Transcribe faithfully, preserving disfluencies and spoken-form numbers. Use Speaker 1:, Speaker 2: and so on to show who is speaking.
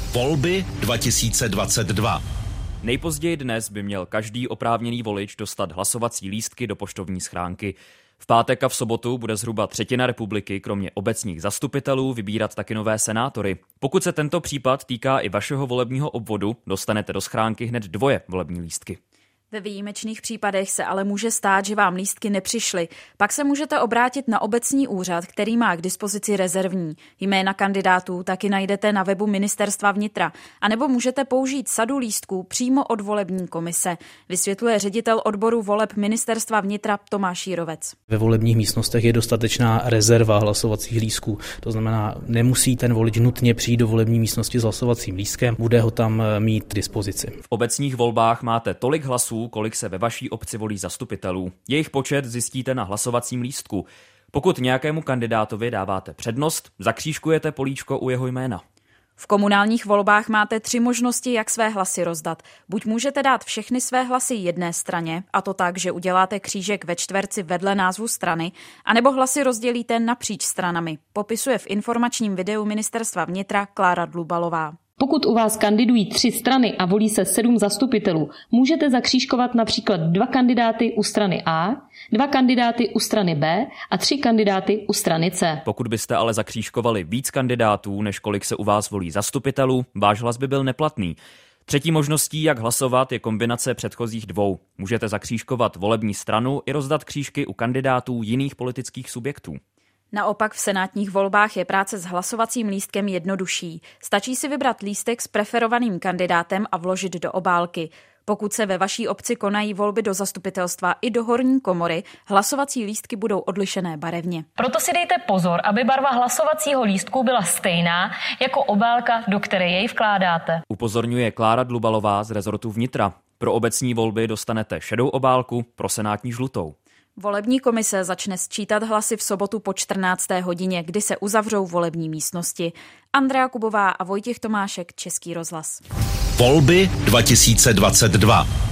Speaker 1: Volby dva tisíce dvacet dva.
Speaker 2: Nejpozději dnes by měl každý oprávněný volič dostat hlasovací lístky do poštovní schránky. V pátek a v sobotu bude zhruba třetina republiky, kromě obecních zastupitelů, vybírat taky nové senátory. Pokud se tento případ týká i vašeho volebního obvodu, dostanete do schránky hned dvoje volební lístky.
Speaker 3: Ve výjimečných případech se ale může stát, že vám lístky nepřišly. Pak se můžete obrátit na obecní úřad, který má k dispozici rezervní. Jména kandidátů taky najdete na webu Ministerstva vnitra. A nebo můžete použít sadu lístků přímo od volební komise, vysvětluje ředitel odboru voleb Ministerstva vnitra Tomáš Jírovec.
Speaker 4: Ve volebních místnostech je dostatečná rezerva hlasovacích lístků. To znamená, nemusí ten volič nutně přijít do volební místnosti s hlasovacím lístkem, bude ho tam mít k dispozici.
Speaker 2: V obecních volbách máte tolik hlasů, kolik se ve vaší obci volí zastupitelů. Jejich počet zjistíte na hlasovacím lístku. Pokud nějakému kandidátovi dáváte přednost, zakřížkujete políčko u jeho jména.
Speaker 3: V komunálních volbách máte tři možnosti, jak své hlasy rozdat. Buď můžete dát všechny své hlasy jedné straně, a to tak, že uděláte křížek ve čtverci vedle názvu strany, anebo hlasy rozdělíte napříč stranami, popisuje v informačním videu Ministerstva vnitra Klára Dlubalová.
Speaker 5: Pokud u vás kandidují tři strany a volí se sedm zastupitelů, můžete zakřížkovat například dva kandidáty u strany A, dva kandidáty u strany B a tři kandidáty u strany C.
Speaker 2: Pokud byste ale zakřížkovali víc kandidátů, než kolik se u vás volí zastupitelů, váš hlas by byl neplatný. Třetí možností, jak hlasovat, je kombinace předchozích dvou. Můžete zakřížkovat volební stranu i rozdat křížky u kandidátů jiných politických subjektů.
Speaker 3: Naopak v senátních volbách je práce s hlasovacím lístkem jednodušší. Stačí si vybrat lístek s preferovaným kandidátem a vložit do obálky. Pokud se ve vaší obci konají volby do zastupitelstva i do horní komory, hlasovací lístky budou odlišené barevně.
Speaker 5: Proto si dejte pozor, aby barva hlasovacího lístku byla stejná jako obálka, do které jej vkládáte.
Speaker 2: Upozorňuje Klára Dlubalová z rezortu vnitra. Pro obecní volby dostanete šedou obálku, pro senátní žlutou.
Speaker 3: Volební komise začne sčítat hlasy v sobotu po čtrnácté hodině, kdy se uzavřou volební místnosti. Andrea Kubová a Vojtěch Tomášek, Český rozhlas.
Speaker 1: Volby dva tisíce dvacet dva.